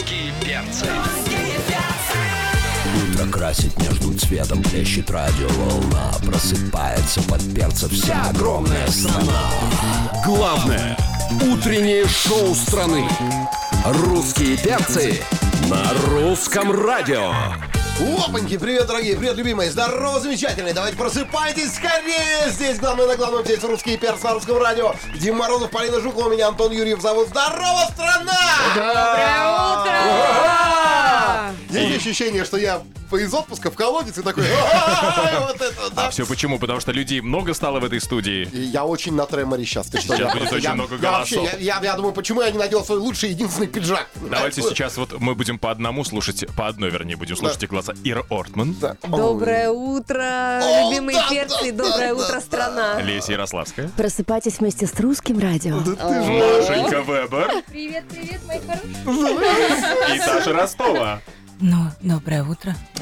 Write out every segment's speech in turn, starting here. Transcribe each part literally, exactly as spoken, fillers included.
Русские перцы. Утро красит между цветом, плещет радиоволна. Просыпается под перцем вся огромная страна. Главное утреннее шоу страны. Русские перцы на русском радио. Опаньки, привет, дорогие, привет, любимые, здорово, замечательные. Давайте просыпайтесь скорее. Здесь главное на главном, здесь русские перцы на русском радио. Дима Морозов, Полина Жукова, меня Антон Юрьев зовут. Здорово, страна! Доброе утро! Есть ощущение, что я из отпуска в колодец и такой... Вот это, да. А все почему? Потому что людей много стало в этой студии. Я очень на треморе сейчас. Ты что? Сейчас Я, будет очень я, много я, вообще, голосов. я, я, я думаю, почему я не надел свой лучший единственный пиджак? Давайте сейчас вот мы будем по одному слушать, по одной, вернее, будем слушать их голоса. Ира Ортман. Да. Доброе утро, О, любимые да, перцы, да, доброе да, утро, да, страна. Леся Ярославская. Просыпайтесь вместе с русским радио. Машенька Вебер. Привет, привет, мои хорошие. И Саша Ростова. Ну, доброе утро. А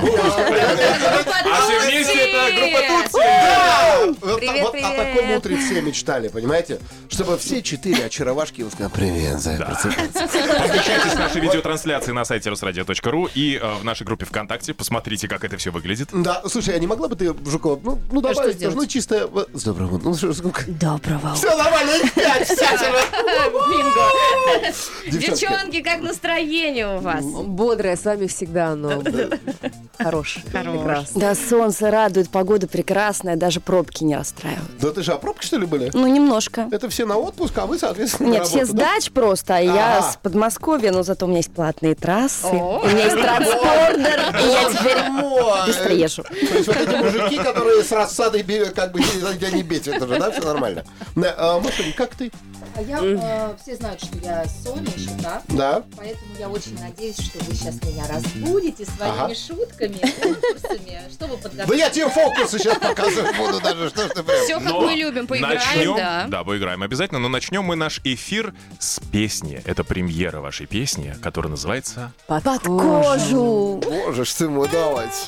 все вместе это группа Тутси. Вот, Привет, вот привет. о таком утре все мечтали, понимаете? Чтобы все четыре очаровашки его сказали: привет, зай, просыпайся. Подключайтесь к нашей видеотрансляции на сайте русрадио точка ру и э, в нашей группе ВКонтакте. Посмотрите, как это все выглядит. Да, слушай, а не могла бы ты, Жукова, ну, ну что добавить сделать? тоже, ну чисто... вот, с добрым утром. Ну, что, сколько? Доброго Все нормально, пять, пятеро. Бинго. Девчонки. Девчонки, как настроение у вас? Бодрое, с вами всегда оно хорошее, прекрасно. Да, солнце радует, погода прекрасная, даже пробки не расстраивают. Да ты же, а пробки, что ли, были? Ну, немножко. Это все на отпуск, а вы, соответственно, Нет, на все работу, с да? дач просто, а я Ага. с Подмосковья, но зато у меня есть платные трассы, О. у меня есть транспордер, и я теперь Мой. быстро езжу. То есть вот эти мужики, которые с рассадой бе- как бы тебя не бесят, это же, да, все нормально. Да, а, Машуль, как ты? А я, э, все знают, что я Соня и Шута, Да? поэтому я очень надеюсь, что вы сейчас меня разбудите своими Ага. шутками, конкурсами, что вы Да подготовили. я тебе фокусы сейчас показывать буду даже, что ж ты прям. Все, как Но мы любим, поиграем, начнем, да. да, поиграем обязательно, но начнем мы наш эфир с песни. Это премьера вашей песни, которая называется... Под кожу. Боже ж ты мой, давайте.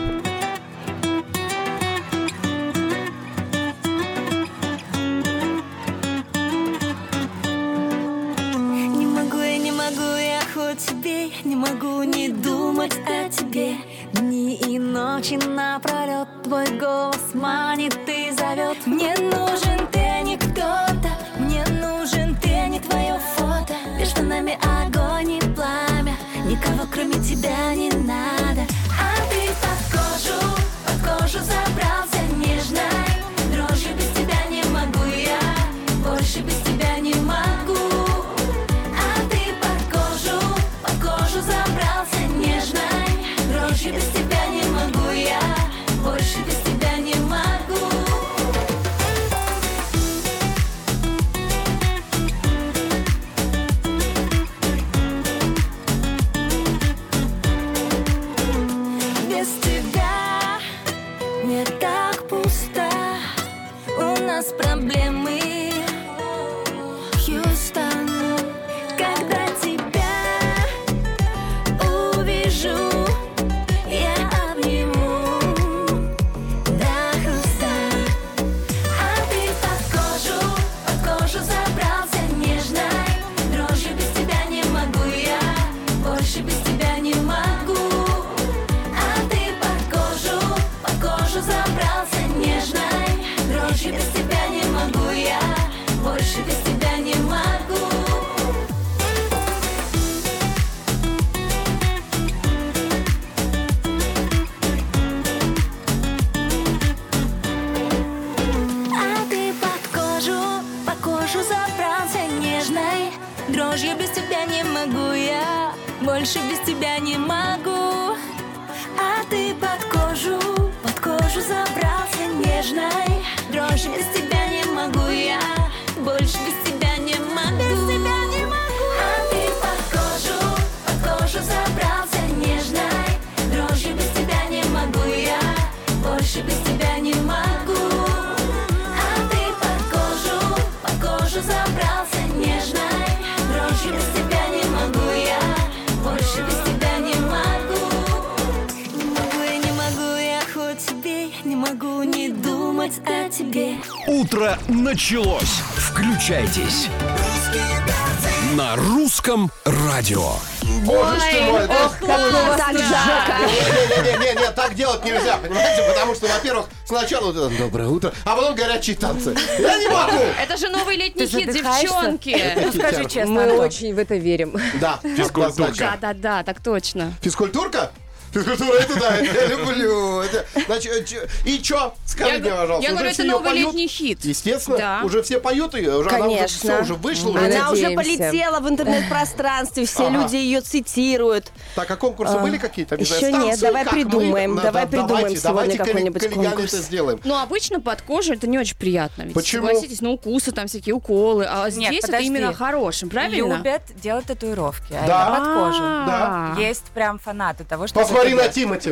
Не могу я, не могу я хоть тебе, не могу не думать о тебе. Дни и ночи напролет твой голос манит и зовет. Мне нужен ты, а не кто-то, мне нужен ты, а не твое фото. Между нами огонь и пламя, никого кроме тебя не надо. А ты под кожу, под кожу забрался нежной. Дрожью без тебя не могу я, больше без тебя не могу. А ты под кожу, под кожу забрался нежной. Дрожью без тебя не могу я, больше без тебя не могу. Без тебя мне так пусто, у нас проблемы, Хьюстон. Когда тебя увижу, я обниму до хруста. А ты под кожу, под кожу забрался нежной. Дрожью без тебя не могу я, больше без тебя не могу. А ты под кожу, под кожу забрался нежной. Дрожью без тебя не могу я, больше без тебя не могу. А ты под кожу, под кожу забрался нежной. Дрожью без тебя не могу я, больше без тебя не могу. А ты под кожу, под кожу забрался нежной. Дрожью без тебя не могу я, больше без тебя не могу. Без тебя не могу. А ты под кожу, под кожу забрался нежной. Дрожью без тебя не могу я, больше без тебя не могу. А ты под кожу, под кожу забрался нежной. Дрожью без тебя не могу я, больше без тебя не могу. Не могу я, не могу я хоть тебе, не могу не думать о тебе. Утро началось. Включайтесь. На русском радио. Боже ты мой, да. Ох, какого саджака. Не-не-не, так делать нельзя, понимаете? Потому что, во-первых, сначала вот это «доброе утро», а потом горячие танцы. Я не могу. Это же новый летний Ты хит, задыхаешься? девчонки. Ну, скажи честно, Мы Антон. очень в это верим. Да, однозначно. Да-да-да, так точно. Физкультурка? Физкультура, это да, это я люблю. Это, значит, ч- и чё? Скажи Я мне, г- пожалуйста. я уже говорю, все это её новый поют? летний хит. Естественно, Да. уже все поют ее, уже она уже, Конечно. все, уже вышла. Мы Уже. Она уже надеемся. полетела в интернет-пространстве, все Ага. люди ее цитируют. Так, а конкурсы были какие-то? Не еще знаю, нет, станцию, давай как мы- придумаем, Да, давай да, придумаем давайте, сегодня давайте какой-нибудь коллегиально конкурс. это сделаем. Ну, обычно под кожу это не очень приятно. Ведь, Почему? согласитесь, на укусы, там всякие уколы. А Нет, здесь это подожди. именно хорошим, правильно? Любят делать татуировки, а Да. это под кожу. А. Есть прям фанаты того, что... Посмотри это на делать. Тимати.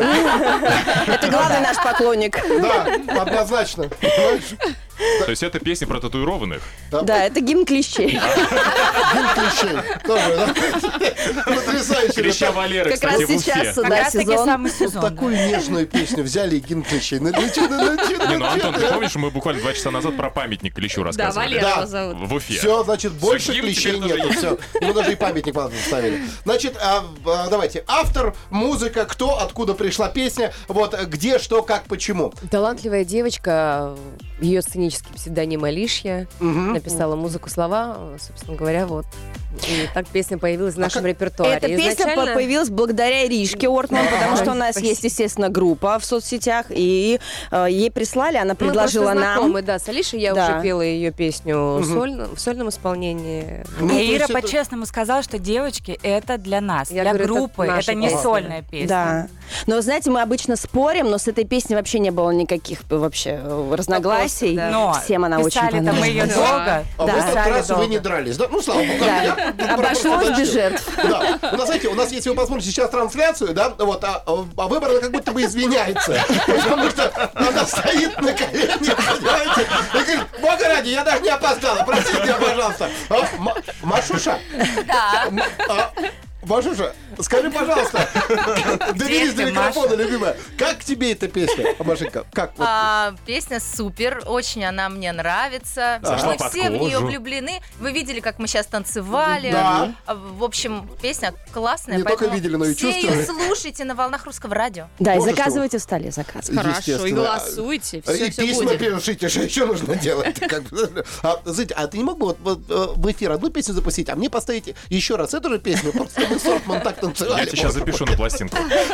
Это главный наш поклонник. Да, однозначно. Понимаешь? То есть это песня про татуированных? Да, это гимн клещей. Гимн клещей. Тоже, да? Потрясающе. Клеща Валеры, Как кстати, раз в Уфе. сейчас, Как да, раз таки сезон. самый Вот сезон. такую нежную песню взяли и гимн клещей. Ну, ну, чё, ну, ну, чё, Не, ну, ну, чё Антон, ты, ты а? помнишь, мы буквально два часа назад про памятник Клещу Да, рассказывали? Валера Да. его зовут. В Уфе. Все, значит, больше гимн клещей теперь тоже нету. есть. Все. Ему даже и памятник поставили. Значит, а, а, давайте. Автор, музыка, кто, откуда пришла песня, вот, где, что, как, почему. Талантливая девочка, ее сценический псевдоним Алишья, написала музыку, слова, собственно говоря, вот. И так песня появилась в нашем репертуаре. Эта песня Изначально- появилась благодаря Иришке Ортман, потому что у нас Спасибо. есть, естественно, группа в соцсетях, и э, ей прислали, она Мы предложила просто нам. знакомы, да, с Алишей я Да. уже пела ее песню сольно- в сольном исполнении. Ну, то И Ира есть это- по-честному сказала, что девочки, это для нас, Я для говорю, это группы, это, наша не песня. сольная песня. Да. Но, знаете, мы обычно спорим, но с этой песней вообще не было никаких э, вообще э, разногласий. да. Но Всем она очень писали-то мы ее понравилась. долго. А Да. в этот писали раз вы долго. не дрались, да? Ну, слава богу. Да. я про- Обошлось просто без зачем? жертв. Да. У нас, знаете, у нас, если вы посмотрите сейчас трансляцию, да, вот, а, а выбор, она как будто бы извиняется. Потому что она стоит на коленях, понимаете? И говорит, бога ради, я даже не опоздала, простите меня, пожалуйста. А, М- Машуша? Да. М- а, Машуша, скажи, пожалуйста, доберись до ты, микрофона, Маша? любимая. Как тебе эта песня, Машенька? Как вот? А, песня супер, очень она мне нравится. Зашла Мы под все в нее кожу. влюблены. Вы видели, как мы сейчас танцевали. Да. А, В общем, песня классная. Не только поэтому видели, но и все чувствовали. ее слушайте на волнах русского радио. Да, и Боже, что заказывайте в столе, заказывайте. Хорошо, и Естественно. голосуйте. Все, И все письма будет. пишите, что еще нужно делать. Как бы. А, знаете, а ты не мог бы вот, вот, э, в эфир одну песню запустить, а мне поставить еще раз эту же песню? Просто мы с Ортман так танцевали. Я тебя сейчас запишу на пластинку.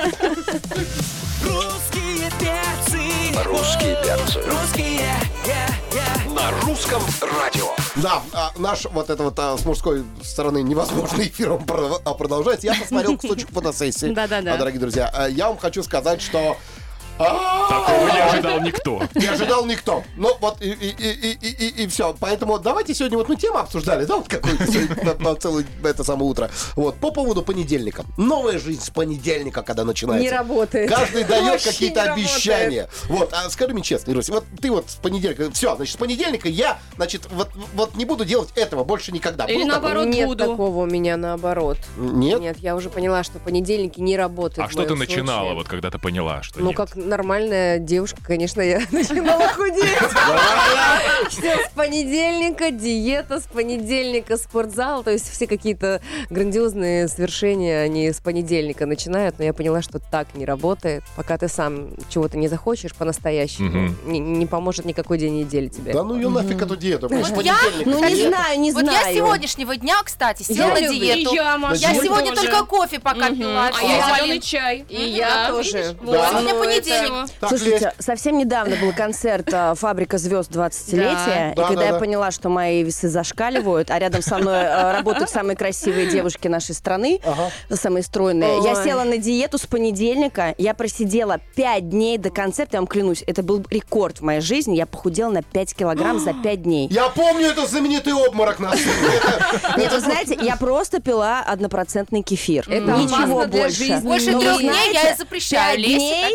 Русские перцы. Русские перцы. Русские. На русском радио. Да, а, наш вот это вот а, с мужской стороны невозможный эфир он про- а, продолжается. Я посмотрел кусочек фотосессии. Да-да-да. А, дорогие друзья, а, я вам хочу сказать, что... А, Такого не ожидал никто. Не ожидал никто. Ну вот и, и, и, и, и, и все. Поэтому давайте сегодня вот мы тему обсуждали, да, вот какую-то сегодня на- на целое это самое утро. Вот по поводу понедельника. Новая жизнь с понедельника, когда начинается. Не работает. Каждый дает Вообще какие-то не работает. обещания. Вот, а скажи мне честно, Ирусь, вот ты вот с понедельника, все, значит, с понедельника я, значит, вот, вот не буду делать этого больше никогда. Или Было такое? наоборот. Нет буду. такого у меня наоборот. Нет? Нет, я уже поняла, что понедельники не работают. А в что ты моем начинала, случае. вот когда ты поняла, что Ну, нет? как нормальная девушка, конечно, я начинала худеть. Все с понедельника, диета, с понедельника спортзал. То есть все какие-то грандиозные свершения, они с понедельника начинают. Но я поняла, что так не работает. Пока ты сам чего-то не захочешь по-настоящему, Мгм. не, не поможет никакой день недели тебе. Да ну ее нафиг эту диету. потому что Вот я- понедельник Ну, это не диета. знаю, не Вот знаю. я с сегодняшнего дня, кстати, села Я на люблю. диету. И я, Маша, Я диету сегодня тоже. только кофе пока Мгм. пила. А я Всё, зеленый блин. чай. И я тоже. видишь? Да. Сегодня Ну, понедельник. это- Так, Слушайте, Лесь, совсем недавно был концерт а, «Фабрика звезд» двадцатилетия, Да. и когда Да, я да. поняла, что мои весы зашкаливают, а рядом со мной а, работают самые красивые девушки нашей страны, Ага. самые стройные, я Ой. села на диету с понедельника, я просидела пять дней до концерта, я вам клянусь, это был рекорд в моей жизни, я похудела на пять килограмм за пять дней. Я помню этот знаменитый обморок на сцене. Это- Нет, вы знаете, я просто пила однопроцентный кефир. Это Ничего опасно для больше. жизни. Больше Но вы трех дней знаете, я запрещаю пять Лесе дней так и делать. пять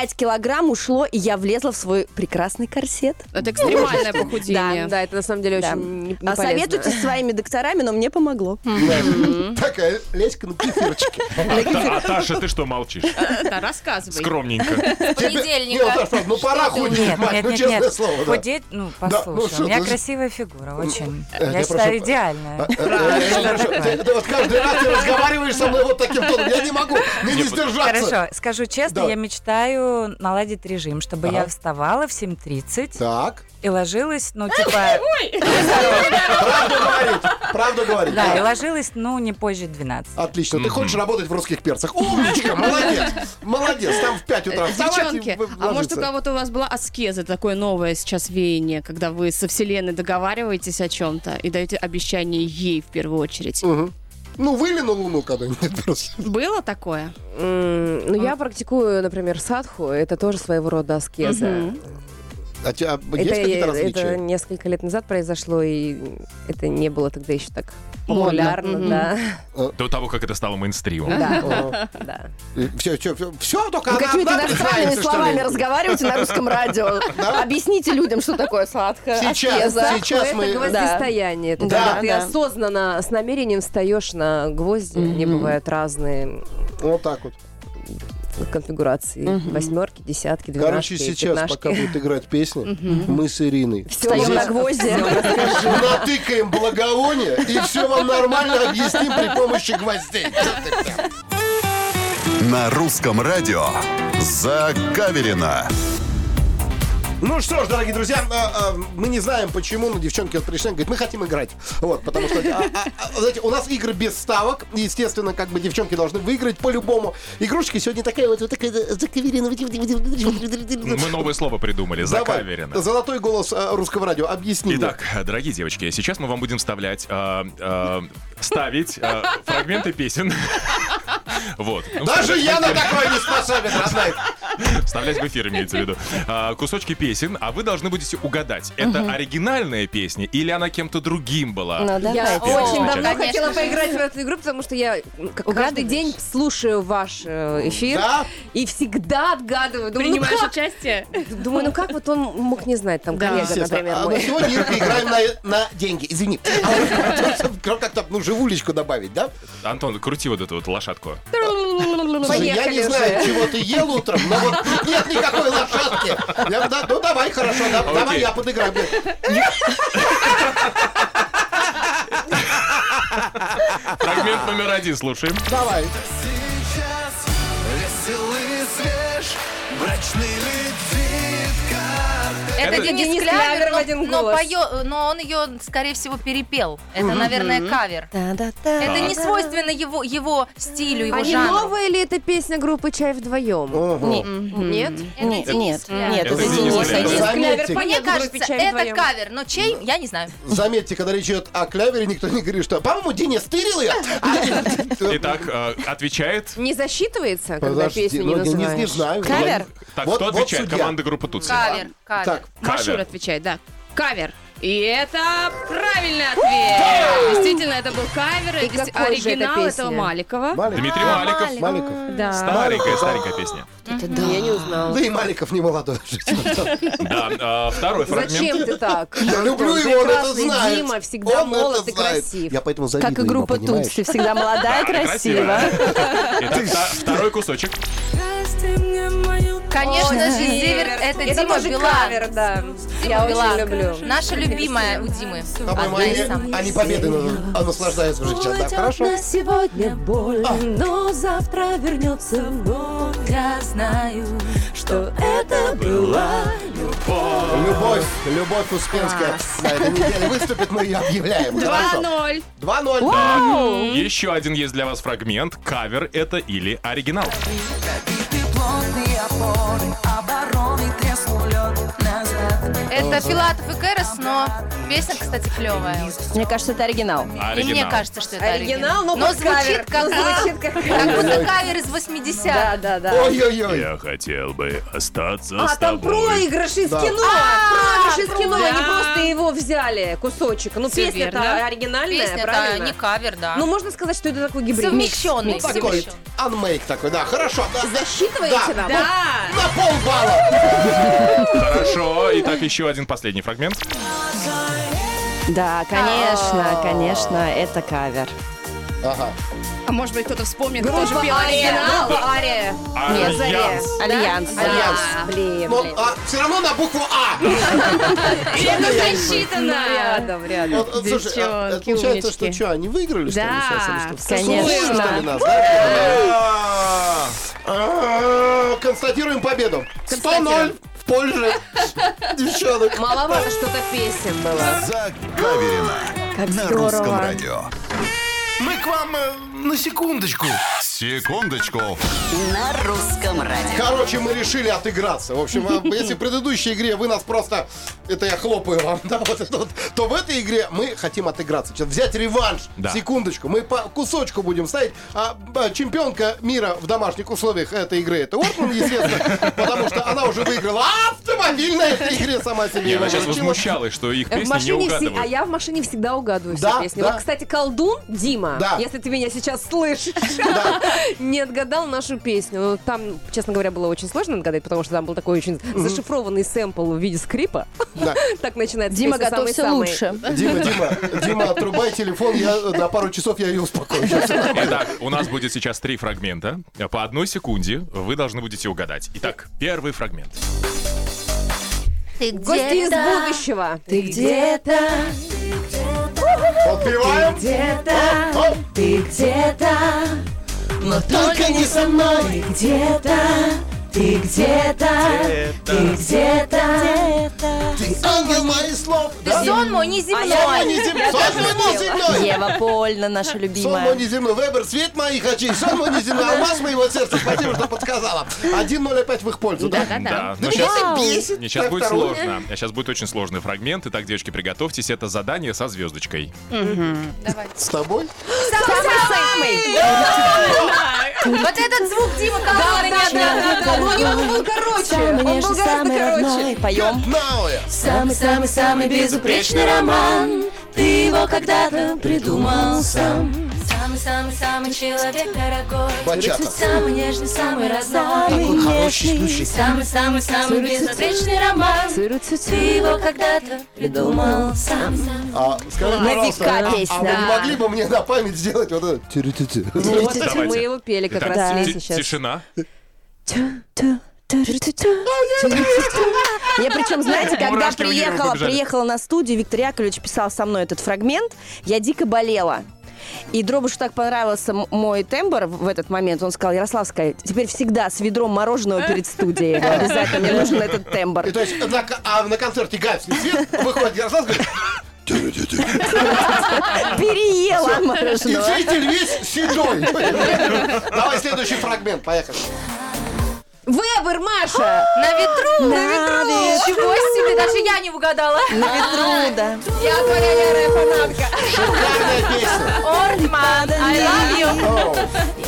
пять килограмм ушло, и я влезла в свой прекрасный корсет. Это экстремальное похудение. Да, да, это на самом деле Да. очень не, не А полезно. советуйтесь со своими докторами, но мне помогло. Такая лечка на кефирчике. А, Та- а, Таша, ты что молчишь? Да, рассказывай. Скромненько. Не, вот, Таша, ну пора худеть, Нет, мать, нет, ну нет, честное нет. слово. да. Худеть, ну, Да, ну, послушай, что у меня ты- красивая фигура, очень. э, я Я прошу- считаю, идеальная. Э, э, хорошо. Ты ты вот каждый раз ты разговариваешь со мной вот таким тоном. Я не могу, мне не сдержаться. Хорошо, скажу честно, Да. я мечтаю наладить режим, чтобы Ага. я вставала в семь тридцать Так, и ложилась, ну, типа... правду говорить, правду говорить. Да, и Да. ложилась, ну, не позже двенадцати. Отлично, ты хочешь работать в «Русских перцах». Умничка, молодец, молодец. Там в пять утра вставать и Девчонки, в- а может у ложиться. кого-то у вас была аскеза, такое новое сейчас веяние, когда вы со Вселенной договариваетесь о чем-то и даете обещание ей в первую очередь? Мгм. Ну, выли на Луну когда-нибудь просто. Было такое? М, Ну, я практикую, например, садху. Это тоже своего рода аскеза. А у тебя есть Это, какие-то это различия? несколько лет назад произошло, и это не было тогда еще так Модно. популярно, Мгм. да. До того, как это стало мейнстримом. Да, да. Все, все, все, все, только Вы она какими-то одна иностранными притворяется, что словами ли? разговариваете на русском радио. Объясните людям, что такое сладкое. Сейчас, аскеза. сейчас это мы... гвоздистояние. Это Да, когда ты да. осознанно, с намерением встаешь на гвозди. Они бывают разные Вот так вот. конфигурации. Восьмерки, десятки, двенадцатки, Короче, сейчас, пятнашки. пока будет играть песня, мы с Ириной Встаем на гвозди. натыкаем благовоние и все вам нормально объясним при помощи гвоздей. На русском радио «Загаверено». Ну что ж, дорогие друзья, а, а, мы не знаем почему, но девчонки вот пришли и говорят, мы хотим играть. Вот, потому что, а, а, а, знаете, у нас игры без ставок. И, естественно, как бы девчонки должны выиграть по-любому. Игрушечка сегодня такая вот, вот такая заковерена. Мы новое слово придумали. Закаверено. Золотой голос а, русского радио. Объясни мне. Итак, дорогие девочки, сейчас мы вам будем вставлять, а, а, ставить а, фрагменты песен. Вот. Ну, Даже вставлять я в на эфир. такое не способен, родная. Вставлять в эфир, имеется в виду. А, кусочки песен, а вы должны будете угадать, это оригинальная песня или она кем-то другим была. Ну, Я давайте. очень О, давно конечно хотела же. поиграть в эту игру, потому что я как каждый Угадываешь? день слушаю ваш э, эфир Да? и всегда отгадываю. Думаю, ну Принимаешь как? участие? Думаю, ну как вот он мог не знать, там Да. коллега, Естественно. например, А, но мой. сегодня, Ирка, играем на, на деньги. Извини. А, как-то, ну, живулечку добавить, да? Антон, крути вот эту вот лошадку. Слушай, я не Поехали знаю, уже. чего ты ел утром, но вот тут нет никакой лошадки. Я, да, ну давай, хорошо, да, Окей. давай я подыграю. Фрагмент номер один слушаем. Давай. Это, Это Денис Денис Клявер, Клявер в но, один но, голос. поё- но он ее, скорее всего, перепел. Это, наверное, кавер. Это не свойственно его, его стилю, его Они жанру. новые или это песня группы «Чай вдвоем»? Ого. Нет? Нет, нет, нет, Это это Денис Денис. Клявер. Денис Клявер Заметьте, поет Мне в группе кажется, «Чай это вдвоем». кавер, но чей, я не знаю. Заметьте, когда речь идет о Клявере, никто не говорит, что, по-моему, Денис тырил ее. Итак, э, отвечает. Не засчитывается, когда Подожди, песню не ну, я не, называешь? не знаю. Кавер? Так, Вот- кто вот отвечает? судья. Команда группы Тутси. Кавер, кавер. Так, Машур Кавер. отвечает, да. Кавер. И это правильный ответ. Действительно, это был кавер. И Действи- какой же это Оригинал песня? этого Маликова. Маликов. Дмитрий Маликов. Маликов. Да. Старенькая, старенькая песня. Я не узнала. Да и Маликов не молодой. Да, а, второй фрагмент. Зачем ты так? Я люблю Антон, его, он это прекрасный знает. Дима всегда Он молод это и знает. красив. Я поэтому завидую Как и группа ему, понимаешь? Тутси, всегда молодая, красивая. Итак, вта- второй кусочек. Конечно Ой, же, Зиверт. Зиверт, это, Это Дима тоже Билан. кавер, да. Дима Я Билан. очень люблю. Наша любимая у Димы. По-моему, Одна они, из самых. они победы на- наслаждаются уже сейчас. Да, хорошо. На сегодня боль, но завтра вернется вновь. Я знаю, что это была Любовь, Любовь Успенская на этой неделе выступит, мы ее объявляем. два Хорошо. ноль. два ноль. Еще один есть для вас фрагмент. Кавер это или оригинал. плотные опоры, обороны треснул лед. Это Филатов и Кэрос, но песня, кстати, клевая. Мне кажется, это оригинал. И мне кажется, что это Оригинал, оригинал. но Но под кавер. звучит как, Ну, звучит как как будто кавер из восьмидесятых. Да, да, да. Ой-ой-ой. Я хотел бы остаться А, с там тобой. проигрыш из Да. кино! А, Проигрыш из кино, да. они просто его взяли, кусочек. Ну, Всё песня-то верно. оригинальная, Песня-то правильно? не кавер, да. Ну, можно сказать, что это такой гибрид. Совмещенный. Микс. Такой Совмещенный. анмейк такой, да, хорошо. Да. Засчитываете Да. нам? Да. На полбалла. Хорошо. Итак, еще один последний фрагмент. Да, конечно, конечно, это кавер. Ага. А может быть, кто-то вспомнит, кто же Группа пел оригинал? Оригинал, Ария. Альянс. На заре. Альянс. Да? Альянс. Блин, Но блин. а, все равно на букву А. Это засчитано. Ну, рядом, рядом. Вот, вот, слушай, а, это Девчонки, получается, что умнички. что, они выиграли, что ли, Да, сейчас? Или что? конечно. Всасунули, что ли, нас, да? А, констатируем победу. сто ноль в пользу девчонок. Маловато что-то песен было. Загаверено. Как На здорово. русском радио. Мы к вам э, на секундочку. Секундочку. На русском радио. Короче, мы решили отыграться. В общем, а если в предыдущей игре вы нас просто... Это я хлопаю вам, да, вот это вот. То в этой игре мы хотим отыграться. Сейчас взять реванш. Да. Секундочку. Мы по кусочку будем ставить. А, а, чемпионка мира в домашних условиях этой игры — это Ортман, естественно. Потому что она уже выиграла автомобиль на этой игре сама себе. Не, она его сейчас вручила. возмущалась, что их В песни не машине все- а угадывают. я в машине всегда угадываю Да, все песни. да. Вот, кстати, колдун Дима, Да. если ты меня сейчас слышишь, не отгадал нашу песню. Ну, там, честно говоря, было очень сложно отгадать, потому что там был такой очень зашифрованный сэмпл в виде скрипа. Да. Так начинается Дима, песня готовься самый-самый. лучше. Дима, Дима, Дима, отрубай телефон, я на пару часов я ее успокою. Сейчас всё нормально. Итак, у нас будет сейчас три фрагмента. По одной секунде вы должны будете угадать. Итак, первый фрагмент. Ты Гости из где-то. будущего. Ты где-то, Подпеваем. где-то, Оп. ты где-то, но только не со мной. Где-то, ты где-то, ты где-то. Ты ангел моих слов. Ты Да? сон мой Сон мой неземной. неземной. Сон мой неземной. Ева Польна, наша Сон мой любимая. неземной. Вебер, свет моих очей. Сон мой неземной. Алмаз моего сердца. Спасибо, что подсказала. один ноль опять в их пользу, да? Да, Да но меня сейчас, это бесит. не, сейчас Так, будет второй. сложно. Сейчас будет очень сложный фрагмент. Итак, девочки, приготовьтесь. Это задание со звездочкой. Давай. С тобой? Самый-самый. Вот этот звук Дима Колдун меня Да, да, но у него он был короче. Самый Он был нежный, гораздо самый короче. родной. Поем. Науэ. Самый-самый-самый безупречный роман. Ты его когда-то придумал сам. Самый-самый-самый человек дорогой. Бачата. Самый нежный, самый родной. Такой хороший, слушай. Самый-самый-самый безупречный роман. Ты его когда-то придумал сам. А, скажи, На пожалуйста, века а- песня. а вы не могли бы мне на память сделать вот это? Тю-рю-тю-тю. Ну, вот Давайте. мы его пели как Итак, раз ти- Леся сейчас. тишина. Я причем, знаете, когда Мурашки у Юры приехала, побежали. приехала на студию, Виктор Яковлевич писал со мной этот фрагмент, я дико болела. И Дробышу так понравился м- мой тембр в этот момент. Он сказал: Ярославская, теперь всегда с ведром мороженого перед студией. Обязательно мне нужен этот тембр. И то есть на, ко- а на концерте «Гальский свет» выходит Ярослав и говорит: «Тю-рю-тю-тю». Переела И мороженого. зритель весь седой. Давай следующий фрагмент, поехали. Вебер, Маша! На ветру. На ветру. Ничего себе, даже я не угадала. На ветру, да. Я твоя ярая фанатка. Шикарная песня. Ортман, I love you. О.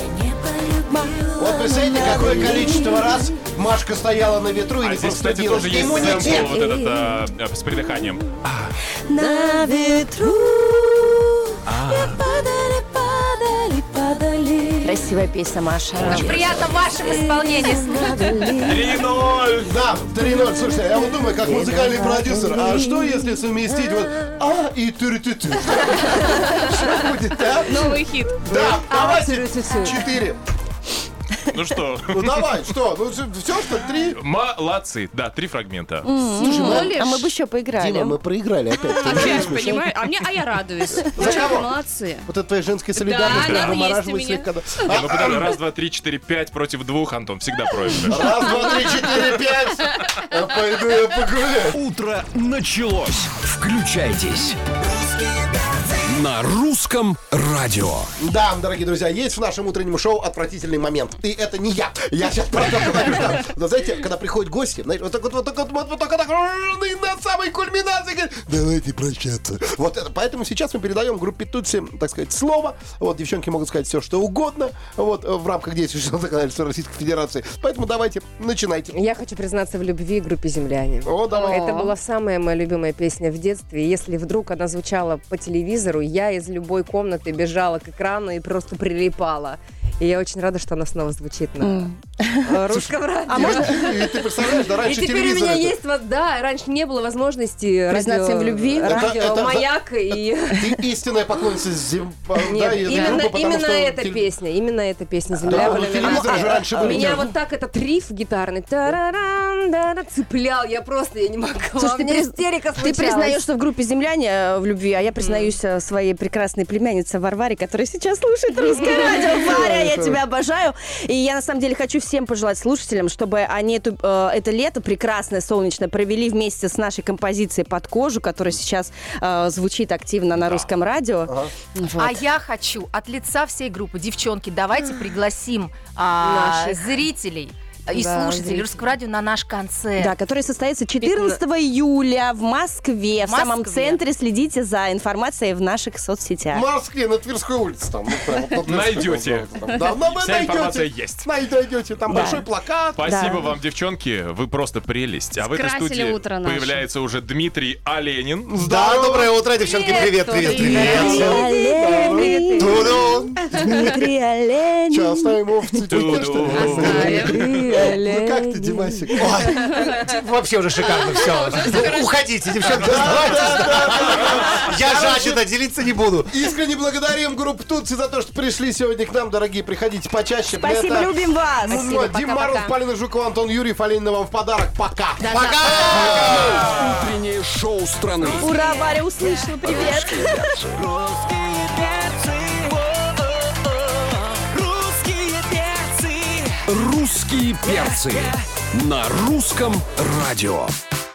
Вот представляете, какое количество раз Машка стояла на ветру и А не здесь, кстати, простудилась. тоже есть Иммунитет. сэмпл вот этот а, а, с придыханием. На ветру. А. Падали, падали, падали. Красивая песня, Маша. Очень приятно в вашем исполнении. три ноль! Да, три ноль. Слушай, я вот думаю, как музыкальный продюсер, а что если совместить вот а и тю-рю-тю-тю? Что будет, а? Новый хит. Да, давайте тю-рю-тю-тю. четыре. Ну что? Ну давай, что? Ну все, что, три? Молодцы. Да, три фрагмента. Слушай, мы- А мы бы еще поиграли. Дима, мы проиграли опять. Ты не Опять, смешно? понимаешь? А мне, а я радуюсь. За Девчонки, кого? молодцы. Вот это твоя женская солидарность, Да, да, да, есть вымораживает у меня. слегка. да. Не, ну подожди, раз, два, три, четыре, пять против двух, Антон, всегда проигрыш. Раз, два, три, четыре, пять. Я пойду я погуляю. Утро началось. Включайтесь. на русском радио. Да, дорогие друзья, есть в нашем утреннем шоу отвратительный момент. И это не я. Я сейчас правда говорю, что... Но знаете, когда приходят гости, знаете, вот так вот, вот так вот, вот, вот так вот, и на самой кульминации говорят, давайте прощаться. Вот это. Поэтому сейчас мы передаем группе Тутси, так сказать, слово. Вот, девчонки могут сказать все, что угодно, вот, в рамках действующего законодательства Российской Федерации. Поэтому давайте, начинайте. Я хочу признаться в любви группе «Земляне». О, давай. Это была самая моя любимая песня в детстве. И если вдруг она звучала по телевизору, я из любой комнаты бежала к экрану и просто прилипала. И я очень рада, что она снова звучит на mm. русском радио. А можно... И ты представляешь, да, раньше и теперь у меня это... есть, вот, да, раньше не было возможности признаться радио, в любви. радио, это, маяк это, и... Ты истинная поклонница зем... Нет, да, именно, группы, именно что... эта песня, именно эта песня «Земля». Да, телевизор же раньше был. Меня вот так этот риф гитарный цеплял, я просто я не могла. Слушай, у меня ты, истерика ты признаешь, что в группе «Земляне» в любви, а я признаюсь mm. своей прекрасной племяннице Варваре, которая сейчас слушает русское радио. Варя, я тебя обожаю. И я на самом деле хочу всем пожелать слушателям, чтобы они эту, э, это лето прекрасное, солнечное провели вместе с нашей композицией «Под кожу», которая сейчас э, звучит активно на русском радио. Ага. Вот. А я хочу от лица всей группы, девчонки, давайте пригласим а, зрителей и да, слушателей зрителей. Русского радио на наш концерт. Да, который состоится четырнадцатого июля в Москве, в, в самом центре. Следите за информацией в наших соцсетях. В Москве, на Тверской улице. Там, ну, прям, Найдете. Да, ну, Вся найдете. информация есть. Найдете, там Да. большой плакат. Спасибо Да. вам, девчонки. Вы просто прелесть. А в этой Скрасили студии утро наше. появляется уже Дмитрий Оленин. Да, доброе утро, девчонки, привет, привет, привет. Олень, Тудун. Дмитрий Олень. Сейчас оставим его в цветочке, что ли? Ну как ты, Димасик? Ой, вообще уже шикарно, все. Уходите, девчонки, оставайтесь. Я жадина, делиться не буду. Искренне благодарим группу Тутси за то, что пришли сегодня к нам, дорогие. Приходите почаще. Спасибо, Это- любим вас. Ну, Спасибо, Дим пока-пока. Мороз, Полина Жукова, Антон Юрьев, Оленина вам в подарок. Пока. Пока! Утреннее шоу страны. Ура, Варя услышала, привет. Русские перцы на русском радио.